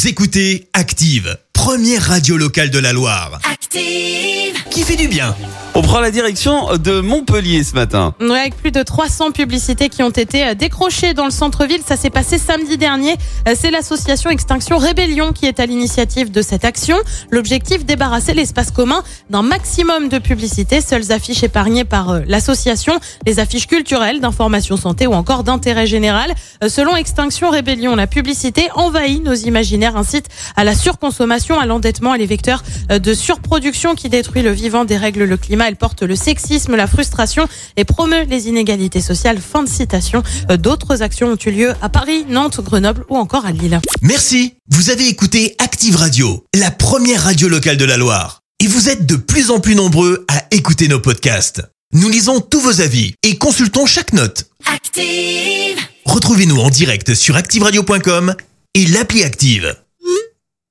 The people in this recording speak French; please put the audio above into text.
Vous écoutez Active, première radio locale de la Loire. Active. Qui fait du bien. On prend la direction de Montpellier ce matin. Ouais, avec plus de 300 publicités qui ont été décrochées dans le centre-ville. Ça s'est passé samedi dernier. C'est l'association Extinction Rébellion qui est à l'initiative de cette action. L'objectif, débarrasser l'espace commun d'un maximum de publicités. Seules affiches épargnées par l'association. Les affiches culturelles, d'information santé ou encore d'intérêt général. Selon Extinction Rébellion, la publicité envahit nos imaginaires, incite à la surconsommation, à l'endettement. Elle est vecteur de surproduction qui détruit le vivant, dérègle le climat. Elle porte le sexisme, la frustration et promeut les inégalités sociales. Fin de citation. D'autres actions ont eu lieu à Paris, Nantes, Grenoble ou encore à Lille. Merci. Vous avez écouté Active Radio, la première radio locale de la Loire. Et vous êtes de plus en plus nombreux à écouter nos podcasts. Nous lisons tous vos avis et consultons chaque note. Active. Retrouvez-nous en direct sur activeradio.com et l'appli Active.